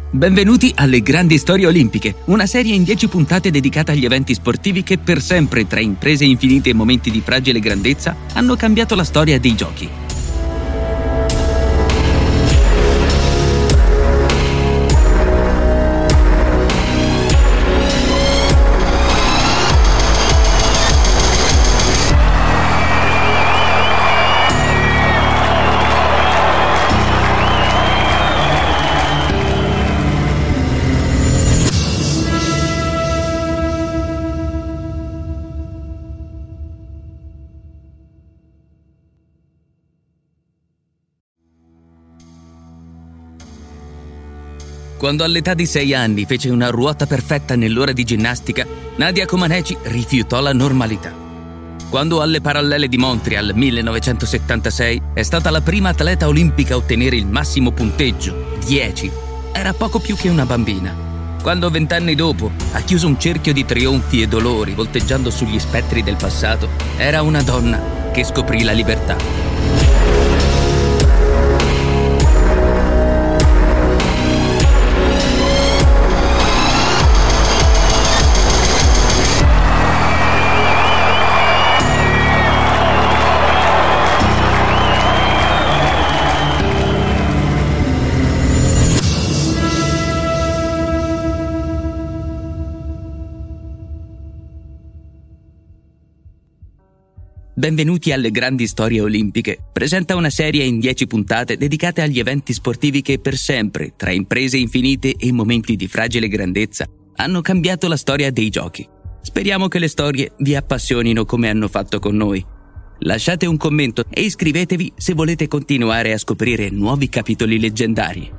Benvenuti alle Grandi Storie Olimpiche, una serie in 10 puntate dedicata agli eventi sportivi che per sempre, tra imprese infinite e momenti di fragile grandezza, hanno cambiato la storia dei giochi. Quando all'età di 6 anni fece una ruota perfetta nell'ora di ginnastica, Nadia Comaneci rifiutò la normalità. Quando alle Parallele di Montreal 1976 è stata la prima atleta olimpica a ottenere il massimo punteggio, 10, era poco più che una bambina. Quando 20 anni dopo ha chiuso un cerchio di trionfi e dolori volteggiando sugli spettri del passato, era una donna che scoprì la libertà. Benvenuti alle Grandi Storie Olimpiche presenta una serie in 10 puntate dedicate agli eventi sportivi che per sempre, tra imprese infinite e momenti di fragile grandezza, hanno cambiato la storia dei giochi. Speriamo che le storie vi appassionino come hanno fatto con noi. Lasciate un commento e iscrivetevi se volete continuare a scoprire nuovi capitoli leggendari.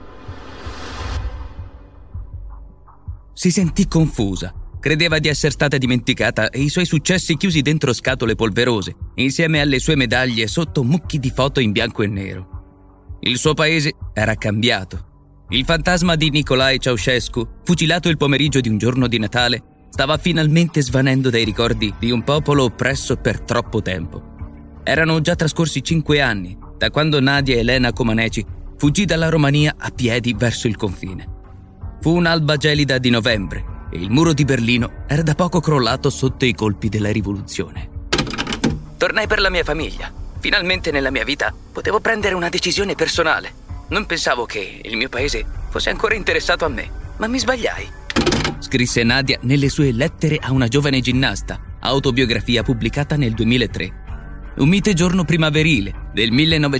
Si sentì confusa. Credeva di essere stata dimenticata e i suoi successi chiusi dentro scatole polverose, insieme alle sue medaglie sotto mucchi di foto in bianco e nero. Il suo paese era cambiato. Il fantasma di Nicolae Ceausescu, fucilato il pomeriggio di un giorno di Natale, stava finalmente svanendo dai ricordi di un popolo oppresso per troppo tempo. Erano già trascorsi 5 anni, da quando Nadia Elena Comaneci fuggì dalla Romania a piedi verso il confine. Fu un'alba gelida di novembre, e il muro di Berlino era da poco crollato sotto i colpi della rivoluzione. Tornai per la mia famiglia. Finalmente nella mia vita potevo prendere una decisione personale. Non pensavo che il mio paese fosse ancora interessato a me, ma mi sbagliai. Scrisse Nadia nelle sue Lettere a una giovane ginnasta, autobiografia pubblicata nel 2003. Un mite giorno primaverile del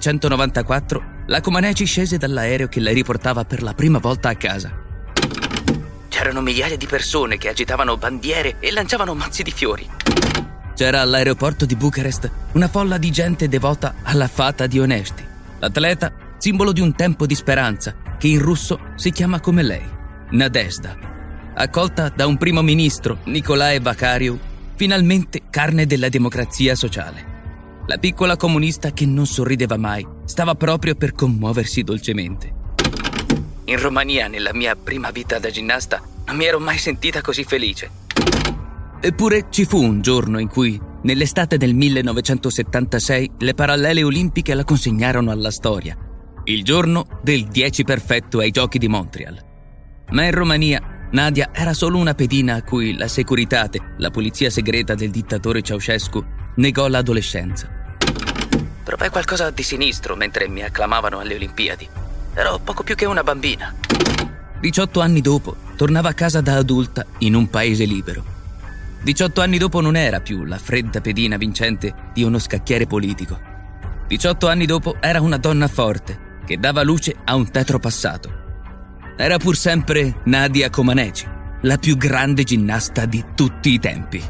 1994, la Comaneci scese dall'aereo che la riportava per la prima volta a casa. C'erano migliaia di persone che agitavano bandiere e lanciavano mazzi di fiori. C'era all'aeroporto di Bucarest una folla di gente devota alla fata di Onesti, l'atleta simbolo di un tempo di speranza che in russo si chiama come lei, Nadezhda. Accolta da un primo ministro, Nicolae Vakariu, finalmente carne della democrazia sociale. La piccola comunista che non sorrideva mai stava proprio per commuoversi dolcemente. In Romania, nella mia prima vita da ginnasta, non mi ero mai sentita così felice. Eppure ci fu un giorno in cui, nell'estate del 1976, le Parallele Olimpiche la consegnarono alla storia. Il giorno del 10 perfetto ai Giochi di Montreal. Ma in Romania, Nadia era solo una pedina a cui la Securitate, la polizia segreta del dittatore Ceausescu, negò l'adolescenza. Provai qualcosa di sinistro mentre mi acclamavano alle Olimpiadi. Ero poco più che una bambina. 18 anni dopo, tornava a casa da adulta in un paese libero. 18 anni dopo non era più la fredda pedina vincente di uno scacchiere politico. 18 anni dopo era una donna forte che dava luce a un tetro passato. Era pur sempre Nadia Comaneci, la più grande ginnasta di tutti i tempi.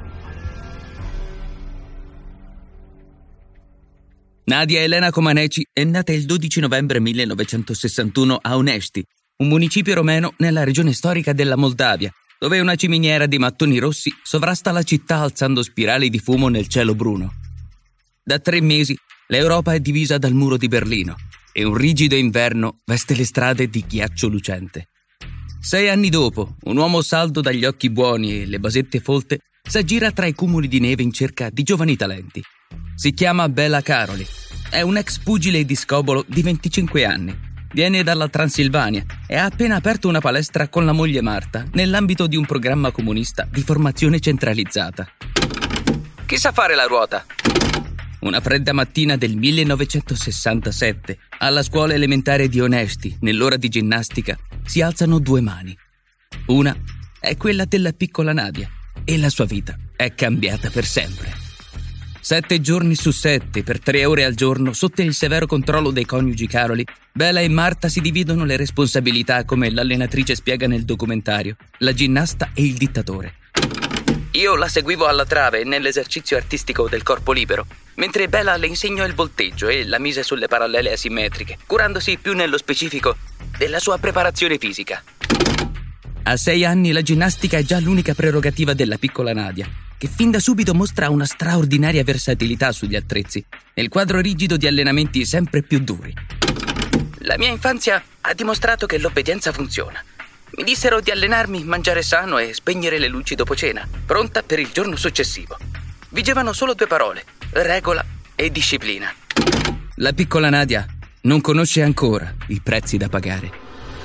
Nadia Elena Comaneci è nata il 12 novembre 1961 a Onesti, un municipio romeno nella regione storica della Moldavia, dove una ciminiera di mattoni rossi sovrasta la città alzando spirali di fumo nel cielo bruno. Da 3 mesi l'Europa è divisa dal muro di Berlino e un rigido inverno veste le strade di ghiaccio lucente. 6 anni dopo, un uomo saldo dagli occhi buoni e le basette folte s'aggira tra i cumuli di neve in cerca di giovani talenti. Si chiama Bela Karoli. È un ex pugile di scobolo di 25 anni. Viene dalla Transilvania e ha appena aperto una palestra con la moglie Marta nell'ambito di un programma comunista di formazione centralizzata. Chi sa fare la ruota? Una fredda mattina del 1967, alla scuola elementare di Onesti, nell'ora di ginnastica, si alzano due mani. Una è quella della piccola Nadia e la sua vita è cambiata per sempre. 7 giorni su 7, per 3 ore al giorno, sotto il severo controllo dei coniugi Caroli, Bela e Marta si dividono le responsabilità come l'allenatrice spiega nel documentario, la ginnasta e il dittatore. Io la seguivo alla trave nell'esercizio artistico del corpo libero, mentre Bela le insegnò il volteggio e la mise sulle parallele asimmetriche, curandosi più nello specifico della sua preparazione fisica. A 6 anni la ginnastica è già l'unica prerogativa della piccola Nadia, che fin da subito mostra una straordinaria versatilità sugli attrezzi, nel quadro rigido di allenamenti sempre più duri. La mia infanzia ha dimostrato che l'obbedienza funziona. Mi dissero di allenarmi, mangiare sano e spegnere le luci dopo cena, pronta per il giorno successivo. Vigevano solo 2 parole: regola e disciplina. La piccola Nadia non conosce ancora i prezzi da pagare.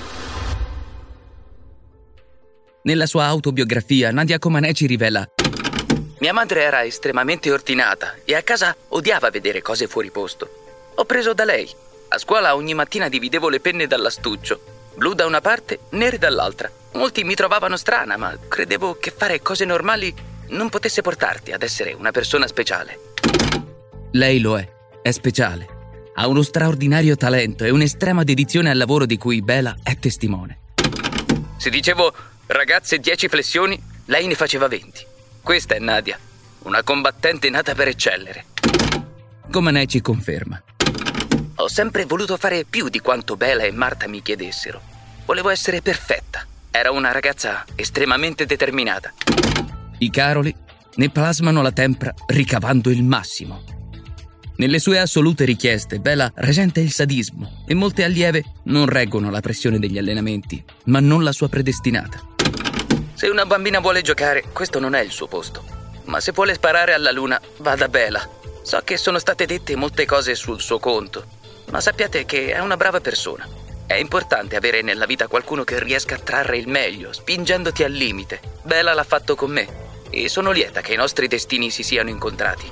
Nella sua autobiografia, Nadia Comaneci rivela: mia madre era estremamente ordinata e a casa odiava vedere cose fuori posto. Ho preso da lei. A scuola ogni mattina dividevo le penne dall'astuccio, blu da una parte, nere dall'altra. Molti mi trovavano strana, ma credevo che fare cose normali non potesse portarti ad essere una persona speciale. Lei lo è speciale. Ha uno straordinario talento e un'estrema dedizione al lavoro di cui Bela è testimone. Se dicevo ragazze 10 flessioni, lei ne faceva 20. Questa è Nadia, una combattente nata per eccellere. Comaneci conferma: ho sempre voluto fare più di quanto Bela e Marta mi chiedessero. Volevo essere perfetta. Era una ragazza estremamente determinata. I Caroli ne plasmano la tempra ricavando il massimo. Nelle sue assolute richieste, Bela rasenta il sadismo e molte allieve non reggono la pressione degli allenamenti, ma non la sua predestinata. Se una bambina vuole giocare, questo non è il suo posto. Ma se vuole sparare alla luna, va da Bela. So che sono state dette molte cose sul suo conto, ma sappiate che è una brava persona. È importante avere nella vita qualcuno che riesca a trarre il meglio, spingendoti al limite. Bela l'ha fatto con me e sono lieta che i nostri destini si siano incontrati.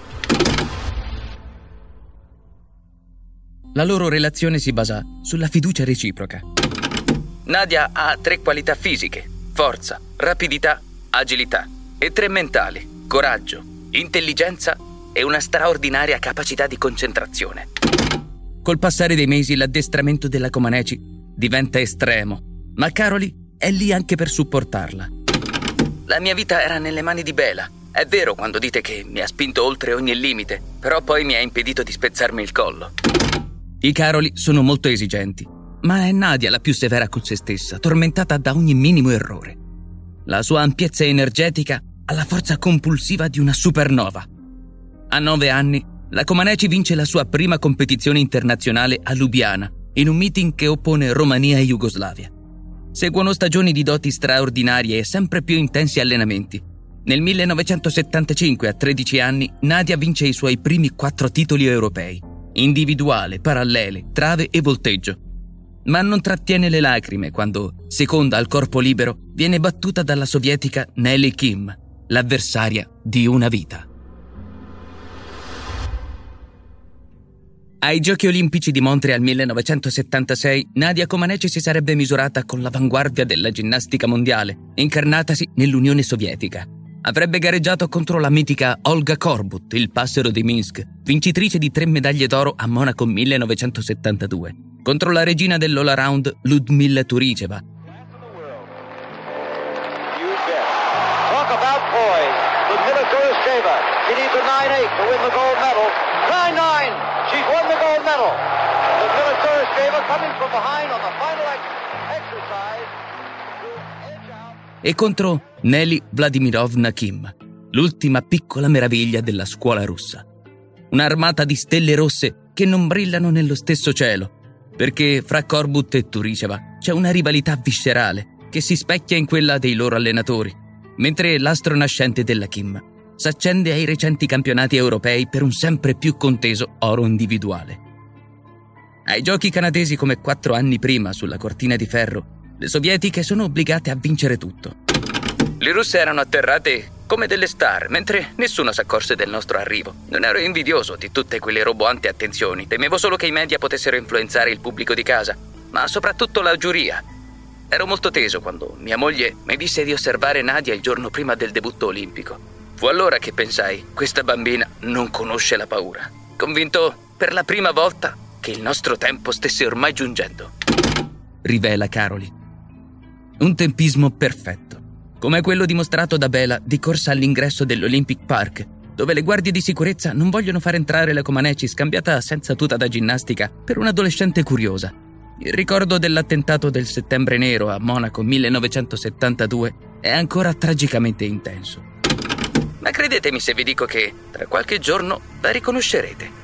La loro relazione si basa sulla fiducia reciproca. Nadia ha 3 qualità fisiche: forza, rapidità, agilità, e 3 mentali: coraggio, intelligenza e una straordinaria capacità di concentrazione. Col passare dei mesi l'addestramento della Comaneci diventa estremo, ma Caroli è lì anche per supportarla. La mia vita era nelle mani di Bela. È vero quando dite che mi ha spinto oltre ogni limite, però poi mi ha impedito di spezzarmi il collo. I Caroli sono molto esigenti, ma è Nadia la più severa con se stessa, tormentata da ogni minimo errore. La sua ampiezza energetica ha la forza compulsiva di una supernova. A 9 anni, la Comaneci vince la sua prima competizione internazionale a Lubiana, in un meeting che oppone Romania e Jugoslavia. Seguono stagioni di doti straordinarie e sempre più intensi allenamenti. Nel 1975, a 13 anni, Nadia vince i suoi primi 4 titoli europei: individuale, parallele, trave e volteggio. Ma non trattiene le lacrime quando, seconda al corpo libero, viene battuta dalla sovietica Nelly Kim, l'avversaria di una vita. Ai Giochi Olimpici di Montreal 1976, Nadia Comaneci si sarebbe misurata con l'avanguardia della ginnastica mondiale, incarnatasi nell'Unione Sovietica. Avrebbe gareggiato contro la mitica Olga Korbut, il passero di Minsk, vincitrice di 3 medaglie d'oro a Monaco 1972, contro la regina dell'all-around Ludmila Turiceva. Talk about poise. Ludmila Turiceva. She needs a 9.8 to win the gold medal. 9.9. She's won the gold medal. Ludmila Turiceva coming from behind on the final exercise to edge out. E contro Nelly Vladimirovna Kim, l'ultima piccola meraviglia della scuola russa. Un'armata di stelle rosse che non brillano nello stesso cielo, perché fra Korbut e Turiceva c'è una rivalità viscerale che si specchia in quella dei loro allenatori, mentre l'astro nascente della Kim s'accende ai recenti campionati europei per un sempre più conteso oro individuale. Ai giochi canadesi, come 4 anni prima sulla cortina di ferro, Le sovietiche sono obbligate a vincere tutto. Le russe erano atterrate come delle star, mentre nessuno si accorse del nostro arrivo. Non ero invidioso di tutte quelle roboanti attenzioni, temevo solo che i media potessero influenzare il pubblico di casa, ma soprattutto la giuria. Ero molto teso quando mia moglie mi disse di osservare Nadia il giorno prima del debutto olimpico. Fu allora che pensai, questa bambina non conosce la paura. Convinto per la prima volta che il nostro tempo stesse ormai giungendo. Rivela Caroli. Un tempismo perfetto, come quello dimostrato da Bela di corsa all'ingresso dell'Olympic Park, dove le guardie di sicurezza non vogliono far entrare la Comaneci scambiata senza tuta da ginnastica per un'adolescente curiosa. Il ricordo dell'attentato del Settembre Nero a Monaco 1972 è ancora tragicamente intenso. Ma credetemi se vi dico che tra qualche giorno la riconoscerete.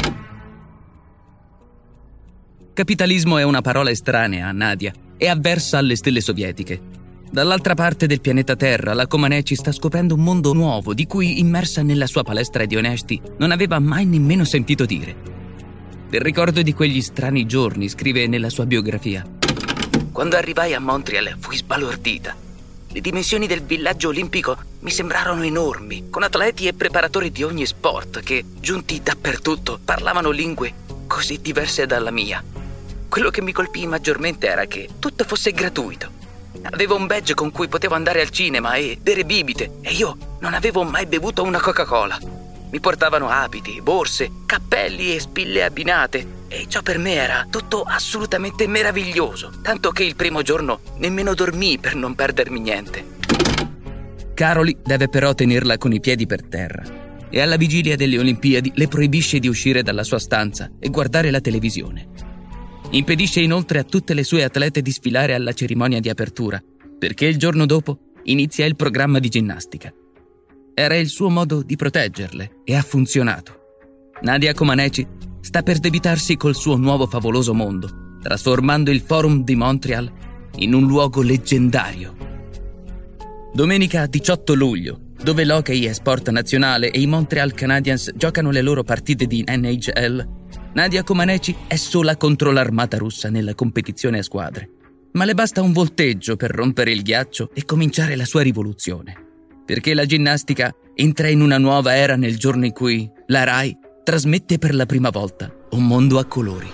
Capitalismo è una parola estranea a Nadia e avversa alle stelle sovietiche. Dall'altra parte del pianeta Terra, la Comaneci sta scoprendo un mondo nuovo di cui, immersa nella sua palestra di onesti, non aveva mai nemmeno sentito dire. Del ricordo di quegli strani giorni scrive nella sua biografia: quando arrivai a Montreal fui sbalordita. Le dimensioni del villaggio olimpico mi sembrarono enormi, con atleti e preparatori di ogni sport che, giunti dappertutto, parlavano lingue così diverse dalla mia. Quello che mi colpì maggiormente era che tutto fosse gratuito. Avevo un badge con cui potevo andare al cinema e bere bibite, e io non avevo mai bevuto una Coca-Cola. Mi portavano abiti, borse, cappelli e spille abbinate, e ciò per me era tutto assolutamente meraviglioso, tanto che il primo giorno nemmeno dormii per non perdermi niente. Caroli deve però tenerla con i piedi per terra, e alla vigilia delle Olimpiadi le proibisce di uscire dalla sua stanza e guardare la televisione. Impedisce inoltre a tutte le sue atlete di sfilare alla cerimonia di apertura, perché il giorno dopo inizia il programma di ginnastica. Era il suo modo di proteggerle e ha funzionato. Nadia Comaneci sta per debitarsi col suo nuovo favoloso mondo, trasformando il Forum di Montreal in un luogo leggendario. Domenica 18 luglio, dove l'hockey è sport nazionale e i Montreal Canadiens giocano le loro partite di NHL, Nadia Comaneci è sola contro l'armata russa nella competizione a squadre. Ma le basta un volteggio per rompere il ghiaccio e cominciare la sua rivoluzione. Perché la ginnastica entra in una nuova era nel giorno in cui la RAI trasmette per la prima volta un mondo a colori.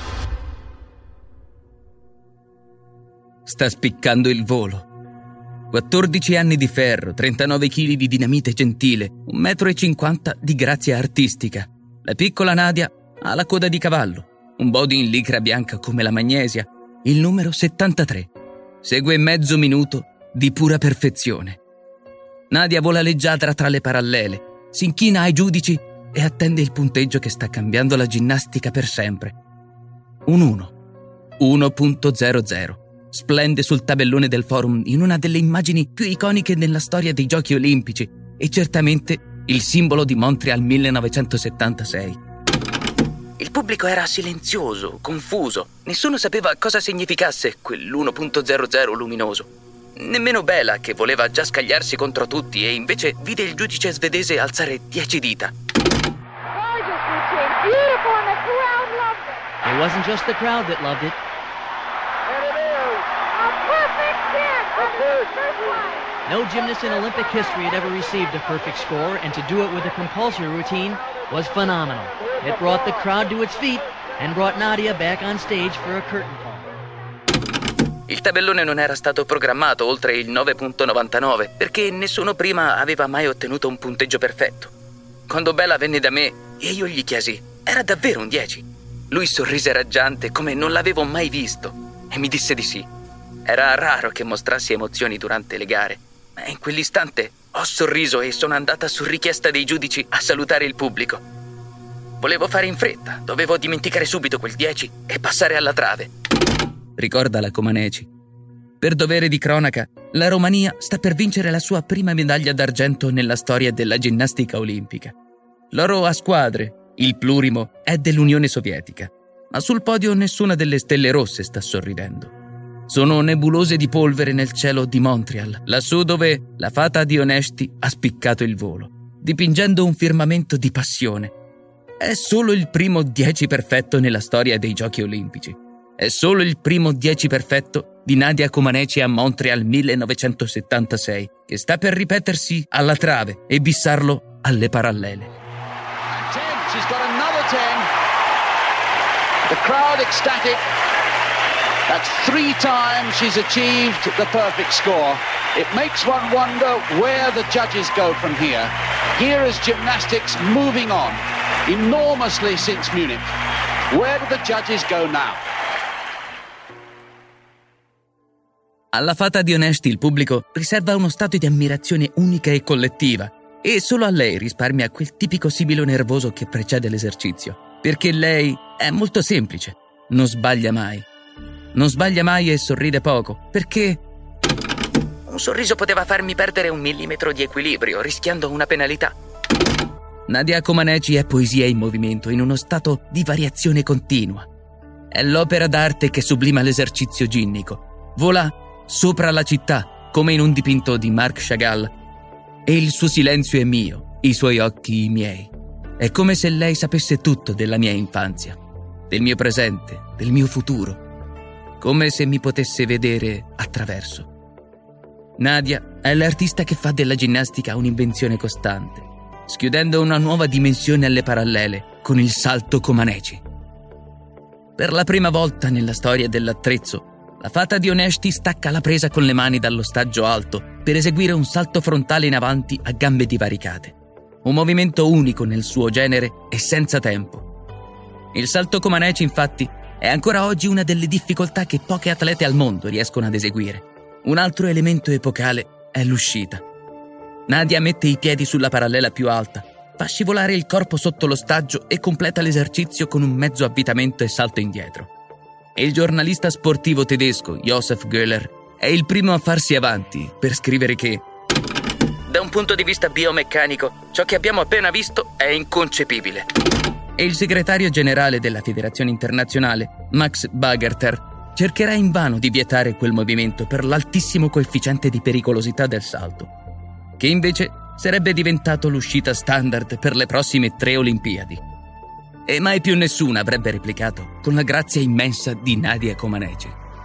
Sta spiccando il volo. 14 anni di ferro, 39 kg di dinamite gentile, 1,50 m di grazia artistica. La piccola Nadia ha la coda di cavallo, un body in licra bianca come la magnesia, il numero 73. Segue mezzo minuto di pura perfezione. Nadia vola leggiadra tra le parallele, si inchina ai giudici e attende il punteggio che sta cambiando la ginnastica per sempre. Un 1.00. Splende sul tabellone del forum in una delle immagini più iconiche nella storia dei Giochi Olimpici e certamente il simbolo di Montreal 1976. Il pubblico era silenzioso, confuso. Nessuno sapeva cosa significasse quell'1.00 luminoso. Nemmeno Bela, che voleva già scagliarsi contro tutti e invece vide il giudice svedese alzare 10 dita. It wasn't just the crowd that loved it. No gymnast in Olympic history had ever received a perfect score, and to do it with a compulsory routine was phenomenal. It brought the crowd to its feet and brought Nadia back on stage for a curtain call. Il tabellone non era stato programmato oltre il 9.99 perché nessuno prima aveva mai ottenuto un punteggio perfetto. Quando Bela venne da me e io gli chiesi, era davvero un 10? Lui sorrise raggiante come non l'avevo mai visto e mi disse di sì. Era raro che mostrassi emozioni durante le gare, ma in quell'istante ho sorriso e sono andata su richiesta dei giudici a salutare il pubblico. Volevo fare in fretta, dovevo dimenticare subito quel 10 e passare alla trave. Ricorda la Comaneci. Per dovere di cronaca, la Romania sta per vincere la sua prima medaglia d'argento nella storia della ginnastica olimpica. L'oro a squadre, il plurimo, è dell'Unione Sovietica, ma sul podio nessuna delle stelle rosse sta sorridendo. Sono nebulose di polvere nel cielo di Montreal, lassù dove la fata di Onesti ha spiccato il volo, dipingendo un firmamento di passione. È solo il primo 10 perfetto nella storia dei Giochi Olimpici. È solo il primo 10 perfetto di Nadia Comaneci a Montreal 1976, che sta per ripetersi alla trave e bissarlo alle parallele. 10, she's got another 10. The crowd ecstatic. That's 3 times she's achieved the perfect score. It makes one wonder where the judges go from here. Here is gymnastics moving on enormously since Munich. Where do the judges go now? Alla fata di Onesti il pubblico riserva uno stato di ammirazione unica e collettiva, e solo a lei risparmia quel tipico sibilo nervoso che precede l'esercizio, perché lei è molto semplice, non sbaglia mai. Non sbaglia mai e sorride poco, perché un sorriso poteva farmi perdere 1 millimetro di equilibrio, rischiando una penalità. Nadia Comaneci è poesia in movimento, in uno stato di variazione continua. È l'opera d'arte che sublima l'esercizio ginnico. Vola sopra la città, come in un dipinto di Marc Chagall. E il suo silenzio è mio, i suoi occhi i miei. È come se lei sapesse tutto della mia infanzia, del mio presente, del mio futuro. Come se mi potesse vedere attraverso. Nadia è l'artista che fa della ginnastica un'invenzione costante, schiudendo una nuova dimensione alle parallele con il salto Comaneci. Per la prima volta nella storia dell'attrezzo, la fata di Onesti stacca la presa con le mani dall'ostaggio alto per eseguire un salto frontale in avanti a gambe divaricate. Un movimento unico nel suo genere e senza tempo. Il salto Comaneci, infatti, è ancora oggi una delle difficoltà che poche atlete al mondo riescono ad eseguire. Un altro elemento epocale è l'uscita. Nadia mette i piedi sulla parallela più alta, fa scivolare il corpo sotto l'ostaggio e completa l'esercizio con un mezzo avvitamento e salto indietro. E il giornalista sportivo tedesco Josef Göhler è il primo a farsi avanti per scrivere che da un punto di vista biomeccanico ciò che abbiamo appena visto è inconcepibile. E il segretario generale della Federazione Internazionale, Max Bagerter, cercherà invano di vietare quel movimento per l'altissimo coefficiente di pericolosità del salto, che invece sarebbe diventato l'uscita standard per le prossime 3 Olimpiadi. E mai più nessuno avrebbe replicato con la grazia immensa di Nadia Comaneci.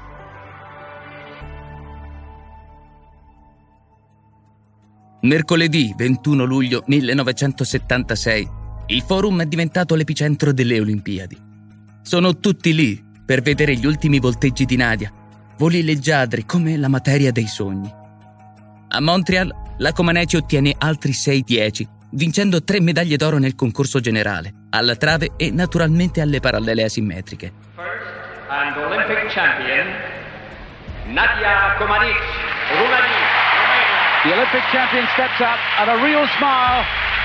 Mercoledì 21 luglio 1976, il Forum è diventato l'epicentro delle Olimpiadi. Sono tutti lì per vedere gli ultimi volteggi di Nadia, voli leggiadri come la materia dei sogni. A Montreal, la Comaneci ottiene altri 6-10, vincendo 3 medaglie d'oro nel concorso generale, alla trave e naturalmente alle parallele asimmetriche. First and Olympic champion, Nadia Comaneci, Romania. The Olympic champion steps up and a real smile.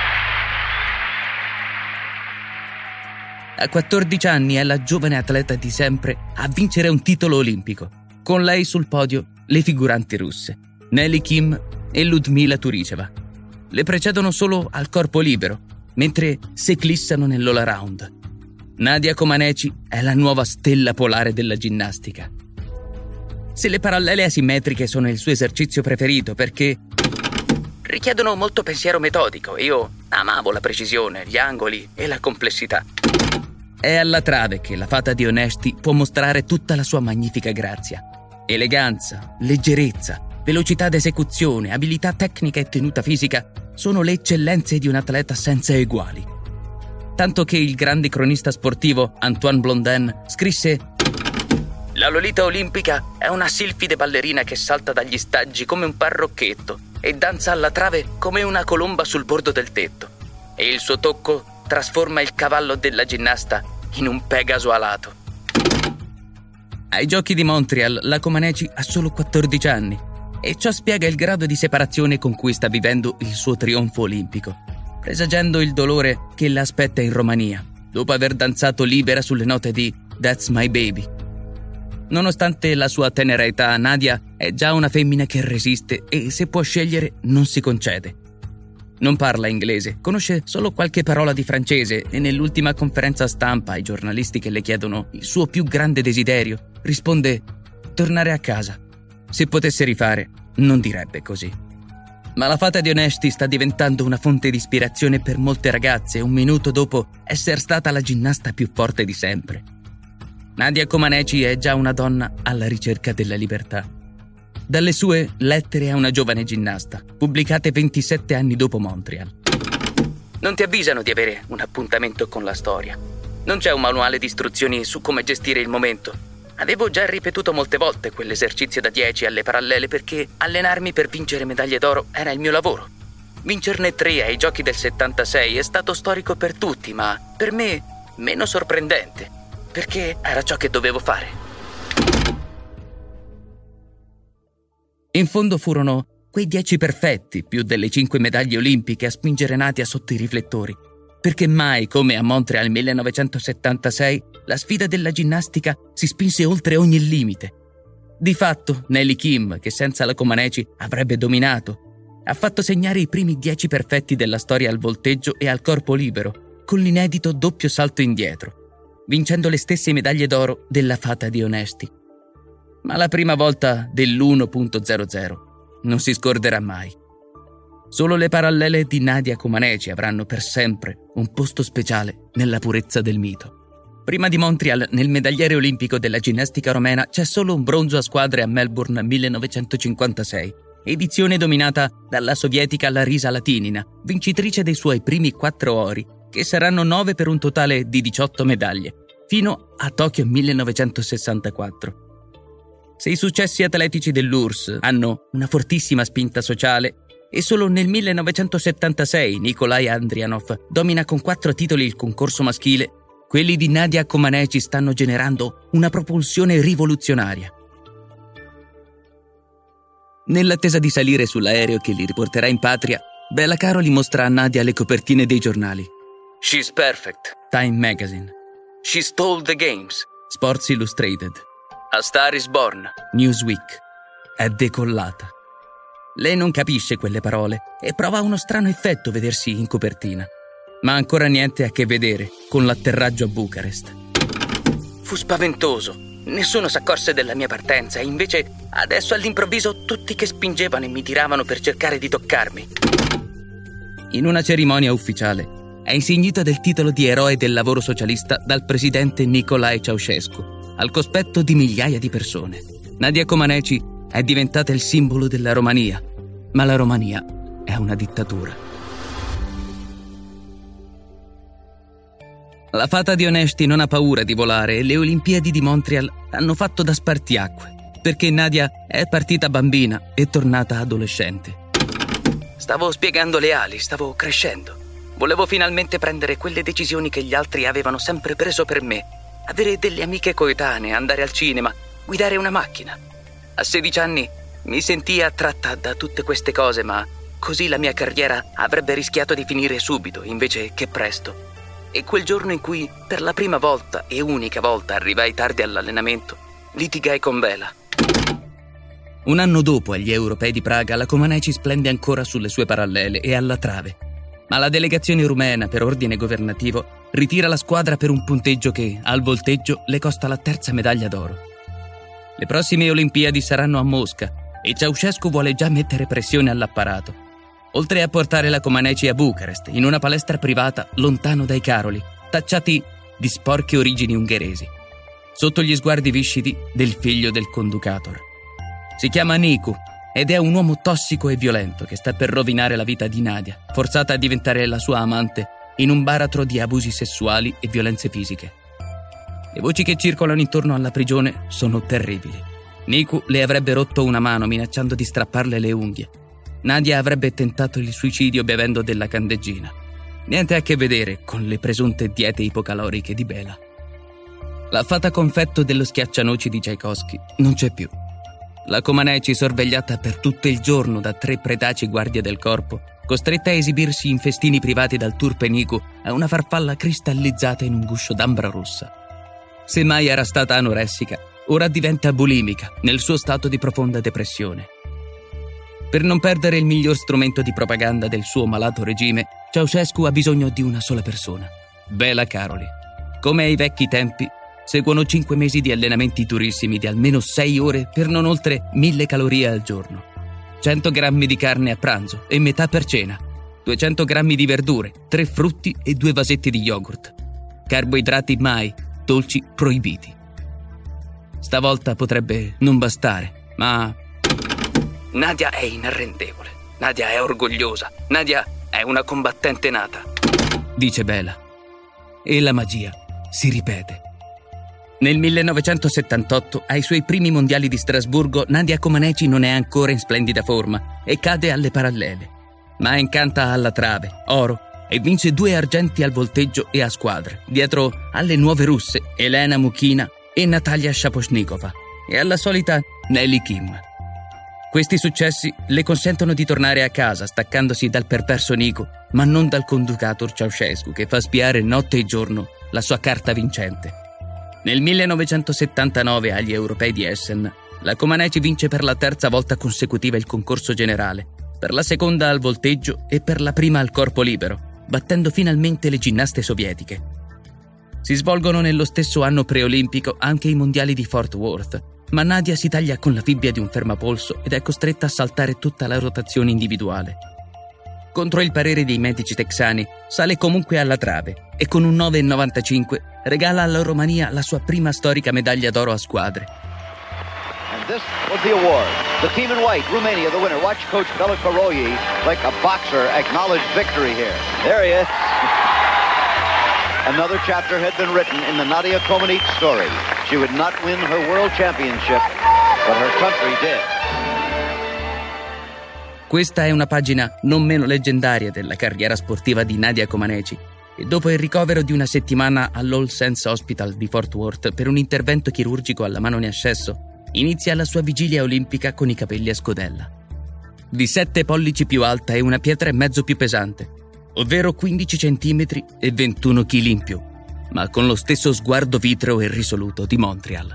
A 14 anni è la giovane atleta di sempre a vincere un titolo olimpico. Con lei sul podio le figuranti russe, Nelly Kim e Ludmila Turiceva. Le precedono solo al corpo libero, mentre s'eclissano nell'all-around. Nadia Comaneci è la nuova stella polare della ginnastica. Se le parallele asimmetriche sono il suo esercizio preferito perché richiedono molto pensiero metodico, io amavo la precisione, gli angoli e la complessità. È alla trave che la fata di Onesti può mostrare tutta la sua magnifica grazia. Eleganza, leggerezza, velocità d'esecuzione, abilità tecnica e tenuta fisica sono le eccellenze di un atleta senza eguali. Tanto che il grande cronista sportivo Antoine Blondin scrisse: «La Lolita olimpica è una silfide ballerina che salta dagli staggi come un parrocchetto e danza alla trave come una colomba sul bordo del tetto. E il suo tocco trasforma il cavallo della ginnasta in un Pegaso alato». Ai Giochi di Montreal la Comaneci ha solo 14 anni e ciò spiega il grado di separazione con cui sta vivendo il suo trionfo olimpico, presagendo il dolore che la aspetta in Romania, dopo aver danzato libera sulle note di That's My Baby. Nonostante la sua tenera età, Nadia è già una femmina che resiste e, se può scegliere, non si concede. Non parla inglese, conosce solo qualche parola di francese e nell'ultima conferenza stampa ai giornalisti che le chiedono il suo più grande desiderio, risponde: tornare a casa. Se potesse rifare, non direbbe così. Ma la fata di Onesti sta diventando una fonte di ispirazione per molte ragazze un minuto dopo essere stata la ginnasta più forte di sempre. Nadia Comaneci è già una donna alla ricerca della libertà. Dalle sue lettere a una giovane ginnasta, pubblicate 27 anni dopo Montreal. Non ti avvisano di avere un appuntamento con la storia. Non c'è un manuale di istruzioni su come gestire il momento. Avevo già ripetuto molte volte quell'esercizio da 10 alle parallele perché allenarmi per vincere medaglie d'oro era il mio lavoro. Vincerne 3 ai Giochi del 76 è stato storico per tutti, ma per me meno sorprendente, perché era ciò che dovevo fare. In fondo furono quei 10 perfetti, più delle 5 medaglie olimpiche, a spingere Nadia sotto i riflettori, perché mai come a Montreal 1976 la sfida della ginnastica si spinse oltre ogni limite. Di fatto, Nelly Kim, che senza la Comaneci avrebbe dominato, ha fatto segnare i primi 10 perfetti della storia al volteggio e al corpo libero, con l'inedito doppio salto indietro, vincendo le stesse medaglie d'oro della fata di Onesti. Ma la prima volta dell'1.00 non si scorderà mai. Solo le parallele di Nadia Comaneci avranno per sempre un posto speciale nella purezza del mito. Prima di Montreal, nel medagliere olimpico della ginnastica romena c'è solo un bronzo a squadre a Melbourne 1956, edizione dominata dalla sovietica Larisa Latinina, vincitrice dei suoi primi 4 ori, che saranno 9 per un totale di 18 medaglie, fino a Tokyo 1964. Se i successi atletici dell'URSS hanno una fortissima spinta sociale, e solo nel 1976 Nikolai Andrianov domina con 4 titoli il concorso maschile, quelli di Nadia Comaneci stanno generando una propulsione rivoluzionaria. Nell'attesa di salire sull'aereo che li riporterà in patria, Bela Caroli mostra a Nadia le copertine dei giornali. She's perfect, Time Magazine. She stole the games, Sports Illustrated. A Star is Born, Newsweek. È decollata. Lei non capisce quelle parole e prova uno strano effetto vedersi in copertina. Ma ancora niente a che vedere con l'atterraggio a Bucarest. Fu spaventoso. Nessuno s'accorse della mia partenza e invece adesso all'improvviso tutti che spingevano e mi tiravano per cercare di toccarmi. In una cerimonia ufficiale è insignita del titolo di eroe del lavoro socialista dal presidente Nicolae Ceausescu, al cospetto di migliaia di persone. Nadia Comaneci è diventata il simbolo della Romania, ma la Romania è una dittatura. La fata di Onesti non ha paura di volare e le Olimpiadi di Montreal hanno fatto da spartiacque, perché Nadia è partita bambina e tornata adolescente. Stavo spiegando le ali, stavo crescendo. Volevo finalmente prendere quelle decisioni che gli altri avevano sempre preso per me. Avere delle amiche coetanee, andare al cinema, guidare una macchina. A 16 anni mi sentii attratta da tutte queste cose, ma così la mia carriera avrebbe rischiato di finire subito, invece che presto. E quel giorno in cui, per la prima volta e unica volta, arrivai tardi all'allenamento, litigai con Bela. Un anno dopo, agli Europei di Praga, la Comaneci splende ancora sulle sue parallele e alla trave. Ma la delegazione rumena, per ordine governativo, ritira la squadra per un punteggio che, al volteggio, le costa la 3ª medaglia d'oro. Le prossime Olimpiadi saranno a Mosca e Ceausescu vuole già mettere pressione all'apparato. Oltre a portare la Comaneci a Bucarest, in una palestra privata lontano dai Caroli, tacciati di sporche origini ungheresi, sotto gli sguardi viscidi del figlio del conducator. Si chiama Nicu ed è un uomo tossico e violento che sta per rovinare la vita di Nadia, forzata a diventare la sua amante in un baratro di abusi sessuali e violenze fisiche. Le voci che circolano intorno alla prigione sono terribili. Nicu le avrebbe rotto una mano minacciando di strapparle le unghie. Nadia avrebbe tentato il suicidio bevendo della candeggina. Niente a che vedere con le presunte diete ipocaloriche di Bela. La fata confetto dello schiaccianoci di Tchaikovsky non c'è più. La Comaneci, sorvegliata per tutto il giorno da 3 predaci guardie del corpo, costretta a esibirsi in festini privati dal turpe Nicu, è una farfalla cristallizzata in un guscio d'ambra rossa. Se mai era stata anoressica, ora diventa bulimica nel suo stato di profonda depressione. Per non perdere il miglior strumento di propaganda del suo malato regime, Ceausescu ha bisogno di una sola persona, Bela Caroli. Come ai vecchi tempi, seguono 5 mesi di allenamenti durissimi di almeno 6 ore per non oltre 1000 calorie al giorno. 100 grammi di carne a pranzo e metà per cena. 200 grammi di verdure, 3 frutti e 2 vasetti di yogurt. Carboidrati mai, dolci proibiti. Stavolta potrebbe non bastare, ma Nadia è inarrendevole, Nadia è orgogliosa, Nadia è una combattente nata, dice Bela. E la magia si ripete. Nel 1978, ai suoi primi mondiali di Strasburgo, Nadia Comaneci non è ancora in splendida forma e cade alle parallele, ma incanta alla trave, oro, e vince 2 argenti al volteggio e a squadre, dietro alle nuove russe Elena Mukhina e Natalia Shaposhnikova, e alla solita Nelly Kim. Questi successi le consentono di tornare a casa staccandosi dal perverso Nico, ma non dal conducator Ceausescu che fa spiare notte e giorno la sua carta vincente. Nel 1979 agli Europei di Essen, la Comaneci vince per la 3ª volta consecutiva il concorso generale, per la 2ª al volteggio e per la prima al corpo libero, battendo finalmente le ginnaste sovietiche. Si svolgono nello stesso anno preolimpico anche i mondiali di Fort Worth, ma Nadia si taglia con la fibbia di un fermapolso ed è costretta a saltare tutta la rotazione individuale. Contro il parere dei medici texani, sale comunque alla trave e con un 9,95 regala alla Romania la sua prima storica medaglia d'oro a squadre. And this was the award. The team in white, Romania, the winner. Watch Coach Bela Koroyi like a boxer acknowledge victory here. There he is. Another chapter had been written in the Nadia Comaneci story. She would not win her world championship, but her country did. Questa è una pagina non meno leggendaria della carriera sportiva di Nadia Comaneci, e dopo il ricovero di una settimana all'All Saints Hospital di Fort Worth per un intervento chirurgico alla mano in ascesso, inizia la sua vigilia olimpica con i capelli a scodella. Di 7 pollici più alta e 1,5 pietra più pesante, ovvero 15 centimetri e 21 kg in più, ma con lo stesso sguardo vitreo e risoluto di Montreal.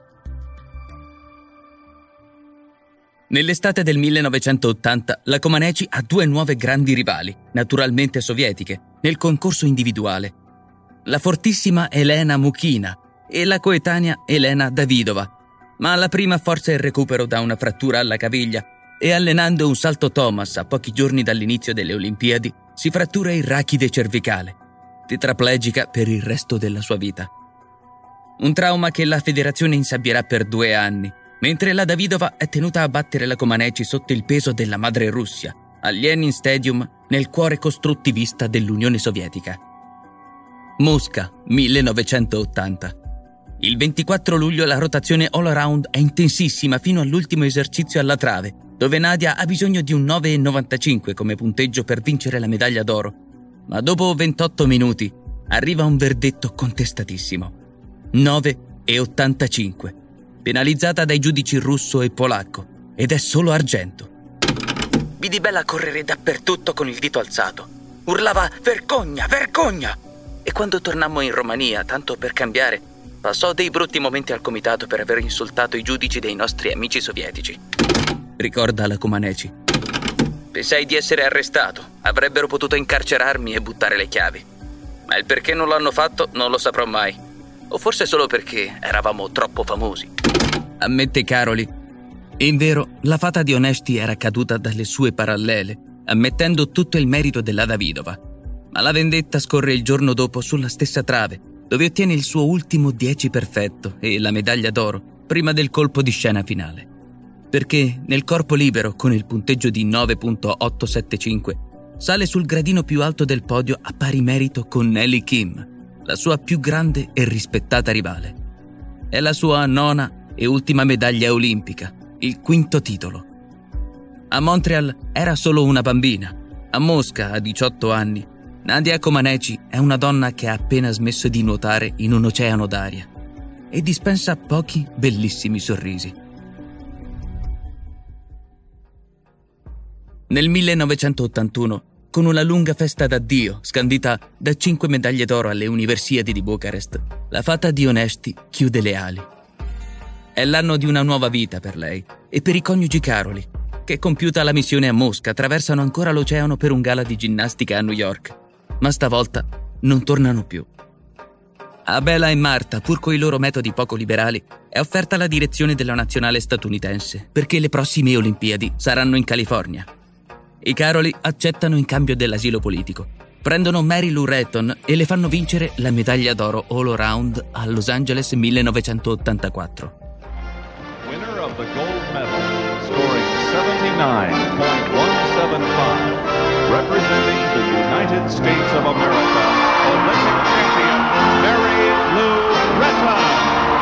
Nell'estate del 1980 la Comaneci ha 2 nuove grandi rivali, naturalmente sovietiche, nel concorso individuale. La fortissima Elena Mukhina e la coetanea Elena Davidova, ma la prima forza il recupero da una frattura alla caviglia e allenando un salto Thomas a pochi giorni dall'inizio delle Olimpiadi si frattura il rachide cervicale, tetraplegica per il resto della sua vita. Un trauma che la federazione insabbierà per 2 anni, mentre la Davidova è tenuta a battere la Comaneci sotto il peso della madre Russia, al Lenin Stadium nel cuore costruttivista dell'Unione Sovietica. Mosca, 1980. Il 24 luglio la rotazione all-around è intensissima fino all'ultimo esercizio alla trave, dove Nadia ha bisogno di un 9,95 come punteggio per vincere la medaglia d'oro. Ma dopo 28 minuti arriva un verdetto contestatissimo. 9,85. Penalizzata dai giudici russo e polacco, ed è solo argento. Vidi Bela correre dappertutto con il dito alzato. Urlava «Vergogna, vergogna!» E quando tornammo in Romania, tanto per cambiare, passò dei brutti momenti al comitato per aver insultato i giudici dei nostri amici sovietici. Ricorda la Comaneci. Pensai di essere arrestato, avrebbero potuto incarcerarmi e buttare le chiavi. Ma il perché non l'hanno fatto non lo saprò mai. O forse solo perché eravamo troppo famosi. Ammette Caroli. Invero, la fata di Onesti era caduta dalle sue parallele, ammettendo tutto il merito della Davidova. Ma la vendetta scorre il giorno dopo sulla stessa trave, dove ottiene il suo ultimo 10 perfetto e la medaglia d'oro, prima del colpo di scena finale. Perché nel corpo libero, con il punteggio di 9,875, sale sul gradino più alto del podio a pari merito con Nelly Kim, la sua più grande e rispettata rivale. È la sua 9ª e ultima medaglia olimpica, il 5º titolo. A Montreal era solo una bambina. A Mosca, a 18 anni, Nadia Comaneci è una donna che ha appena smesso di nuotare in un oceano d'aria e dispensa pochi bellissimi sorrisi. Nel 1981, con una lunga festa d'addio scandita da 5 medaglie d'oro alle Universiadi di Bucarest, la fata di Onesti chiude le ali. È l'anno di una nuova vita per lei e per i coniugi Caroli, che compiuta la missione a Mosca attraversano ancora l'oceano per un gala di ginnastica a New York, ma stavolta non tornano più. A Bela e Marta, pur coi loro metodi poco liberali, è offerta la direzione della nazionale statunitense perché le prossime Olimpiadi saranno in California. I Caroli accettano in cambio dell'asilo politico, prendono Mary Lou Retton e le fanno vincere la medaglia d'oro all around a Los Angeles 1984. 79.175. Representing the United States of America, Olympic champion Mary Lou Retton.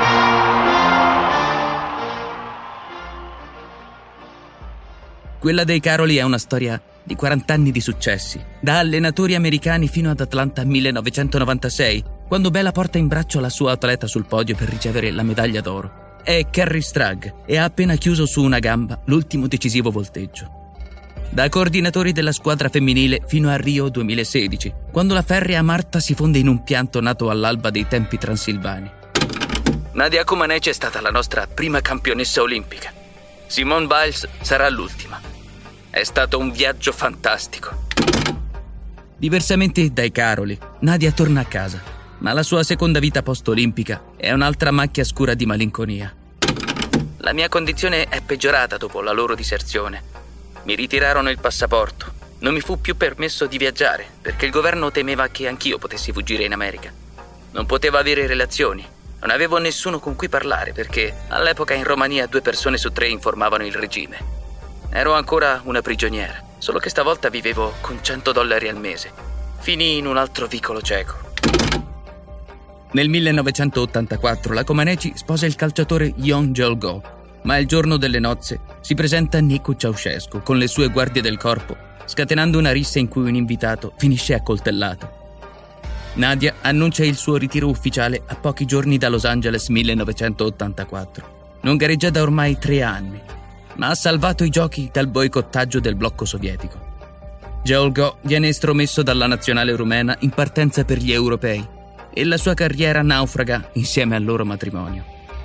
Quella dei Caroli è una storia di 40 anni di successi, da allenatori americani fino ad Atlanta 1996, quando Bela porta in braccio la sua atleta sul podio per ricevere la medaglia d'oro. È Kerri Strug e ha appena chiuso su una gamba l'ultimo decisivo volteggio. Da coordinatori della squadra femminile fino a Rio 2016, quando la ferrea Marta si fonde in un pianto nato all'alba dei tempi transilvani. Nadia Comaneci è stata la nostra prima campionessa olimpica. Simone Biles sarà l'ultima. È stato un viaggio fantastico. Diversamente dai Caroli, Nadia torna a casa, ma la sua seconda vita post-olimpica è un'altra macchia scura di malinconia. La mia condizione è peggiorata dopo la loro diserzione. Mi ritirarono il passaporto. Non mi fu più permesso di viaggiare, perché il governo temeva che anch'io potessi fuggire in America. Non potevo avere relazioni. Non avevo nessuno con cui parlare, perché all'epoca in Romania 2 persone su 3 informavano il regime. Ero ancora una prigioniera, solo che stavolta vivevo con $100 al mese. Finii in un altro vicolo cieco. Nel 1984 la Comaneci sposa il calciatore Ion Jolgo, ma il giorno delle nozze si presenta Nicu Ceaușescu con le sue guardie del corpo, scatenando una rissa in cui un invitato finisce accoltellato. Nadia annuncia il suo ritiro ufficiale a pochi giorni da Los Angeles 1984. Non gareggia da ormai 3 anni, ma ha salvato i giochi dal boicottaggio del blocco sovietico. Geolgo viene estromesso dalla nazionale rumena in partenza per gli europei e la sua carriera naufraga insieme al loro matrimonio.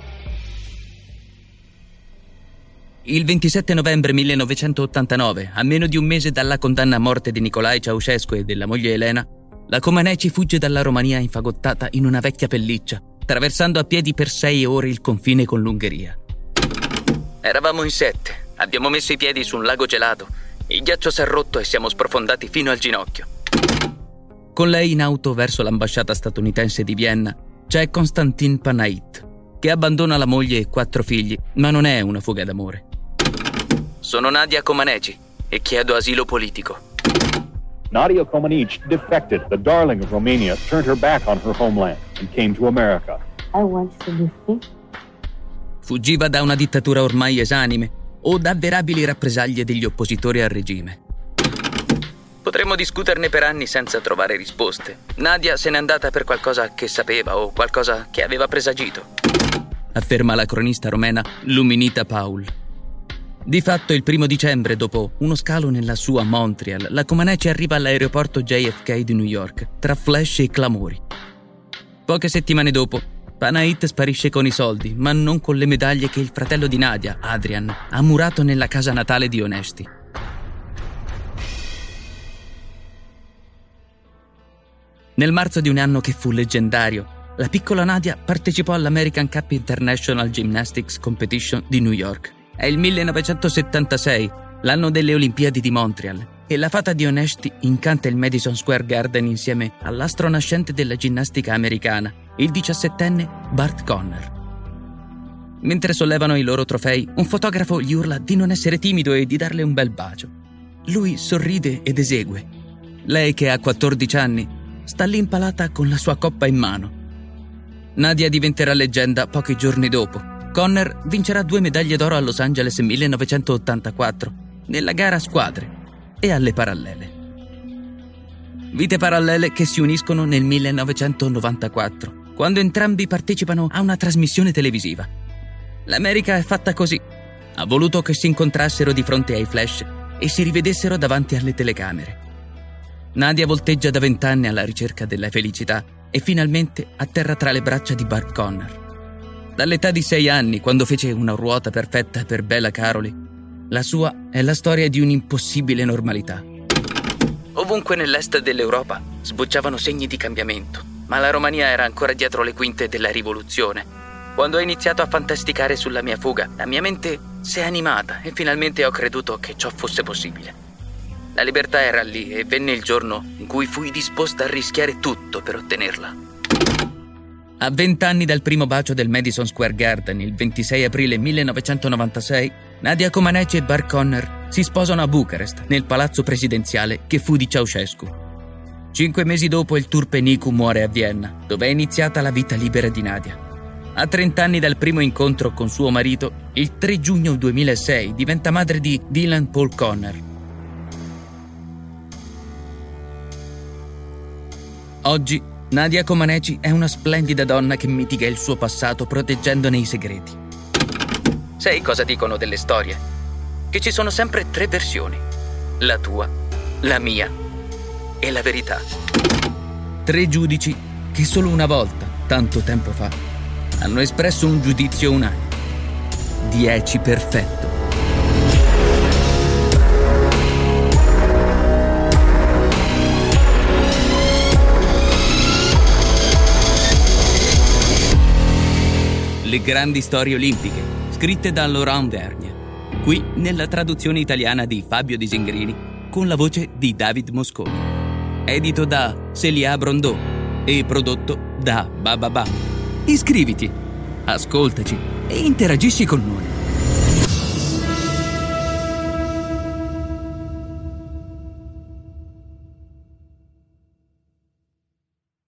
Il 27 novembre 1989, a meno di un mese dalla condanna a morte di Nicolae Ceaușescu e della moglie Elena, la Comaneci fugge dalla Romania infagottata in una vecchia pelliccia, attraversando a piedi per 6 ore il confine con l'Ungheria. Eravamo in 7, abbiamo messo i piedi su un lago gelato, il ghiaccio s'è rotto e siamo sprofondati fino al ginocchio. Con lei in auto verso l'ambasciata statunitense di Vienna c'è Konstantin Panait, che abbandona la moglie e 4 figli, ma non è una fuga d'amore. Sono Nadia Comaneci e chiedo asilo politico. Nadia Comaneci defected. The darling of Romania turned her back on her homeland and came to America. I want to be free. Fuggiva da una dittatura ormai esanime o da verabili rappresaglie degli oppositori al regime. Potremmo discuterne per anni senza trovare risposte. Nadia se n'è andata per qualcosa che sapeva o qualcosa che aveva presagito, afferma la cronista romena Luminita Paul. Di fatto il 1 dicembre, dopo uno scalo nella sua Montreal, la Comaneci arriva all'aeroporto JFK di New York, tra flash e clamori. Poche settimane dopo, Panait sparisce con i soldi, ma non con le medaglie che il fratello di Nadia, Adrian, ha murato nella casa natale di Onesti. Nel marzo di un anno che fu leggendario, la piccola Nadia partecipò all'American Cup International Gymnastics Competition di New York. È il 1976, l'anno delle Olimpiadi di Montreal, e la fata di Onesti incanta il Madison Square Garden insieme all'astro nascente della ginnastica americana, il 17enne Bart Conner. Mentre sollevano i loro trofei, un fotografo gli urla di non essere timido e di darle un bel bacio. Lui sorride ed esegue. Lei, che ha 14 anni, sta lì impalata con la sua coppa in mano. Nadia diventerà leggenda pochi giorni dopo. Conner vincerà 2 medaglie d'oro a Los Angeles 1984, nella gara a squadre e alle parallele. Vite parallele che si uniscono nel 1994, quando entrambi partecipano a una trasmissione televisiva. L'America è fatta così. Ha voluto che si incontrassero di fronte ai flash e si rivedessero davanti alle telecamere. Nadia volteggia da 20 anni alla ricerca della felicità e finalmente atterra tra le braccia di Bart Conner. Dall'età di 6 anni, quando fece una ruota perfetta per Bela Caroli, la sua è la storia di un'impossibile normalità. Ovunque nell'est dell'Europa sbocciavano segni di cambiamento, ma la Romania era ancora dietro le quinte della rivoluzione. Quando ho iniziato a fantasticare sulla mia fuga, la mia mente si è animata e finalmente ho creduto che ciò fosse possibile. La libertà era lì e venne il giorno in cui fui disposta a rischiare tutto per ottenerla. A 20 anni dal primo bacio del Madison Square Garden, il 26 aprile 1996, Nadia Comaneci e Bart Conner si sposano a Bucarest, nel palazzo presidenziale che fu di Ceausescu. 5 mesi dopo il Turpenicu muore a Vienna, dove è iniziata la vita libera di Nadia. A 30 anni dal primo incontro con suo marito, il 3 giugno 2006 diventa madre di Dylan Paul Conner. Oggi Nadia Comaneci è una splendida donna che mitiga il suo passato proteggendone i segreti. Sai cosa dicono delle storie? Che ci sono sempre 3 versioni: la tua, la mia e la verità. 3 giudici che solo una volta, tanto tempo fa, hanno espresso un giudizio unanime. 10 perfetto. Le grandi storie olimpiche, scritte da Laurent Vergne, qui nella traduzione italiana di Fabio Disingrini, con la voce di David Mosconi. Edito da Célia Brondot e prodotto da Bababa. Iscriviti, ascoltaci e interagisci con noi.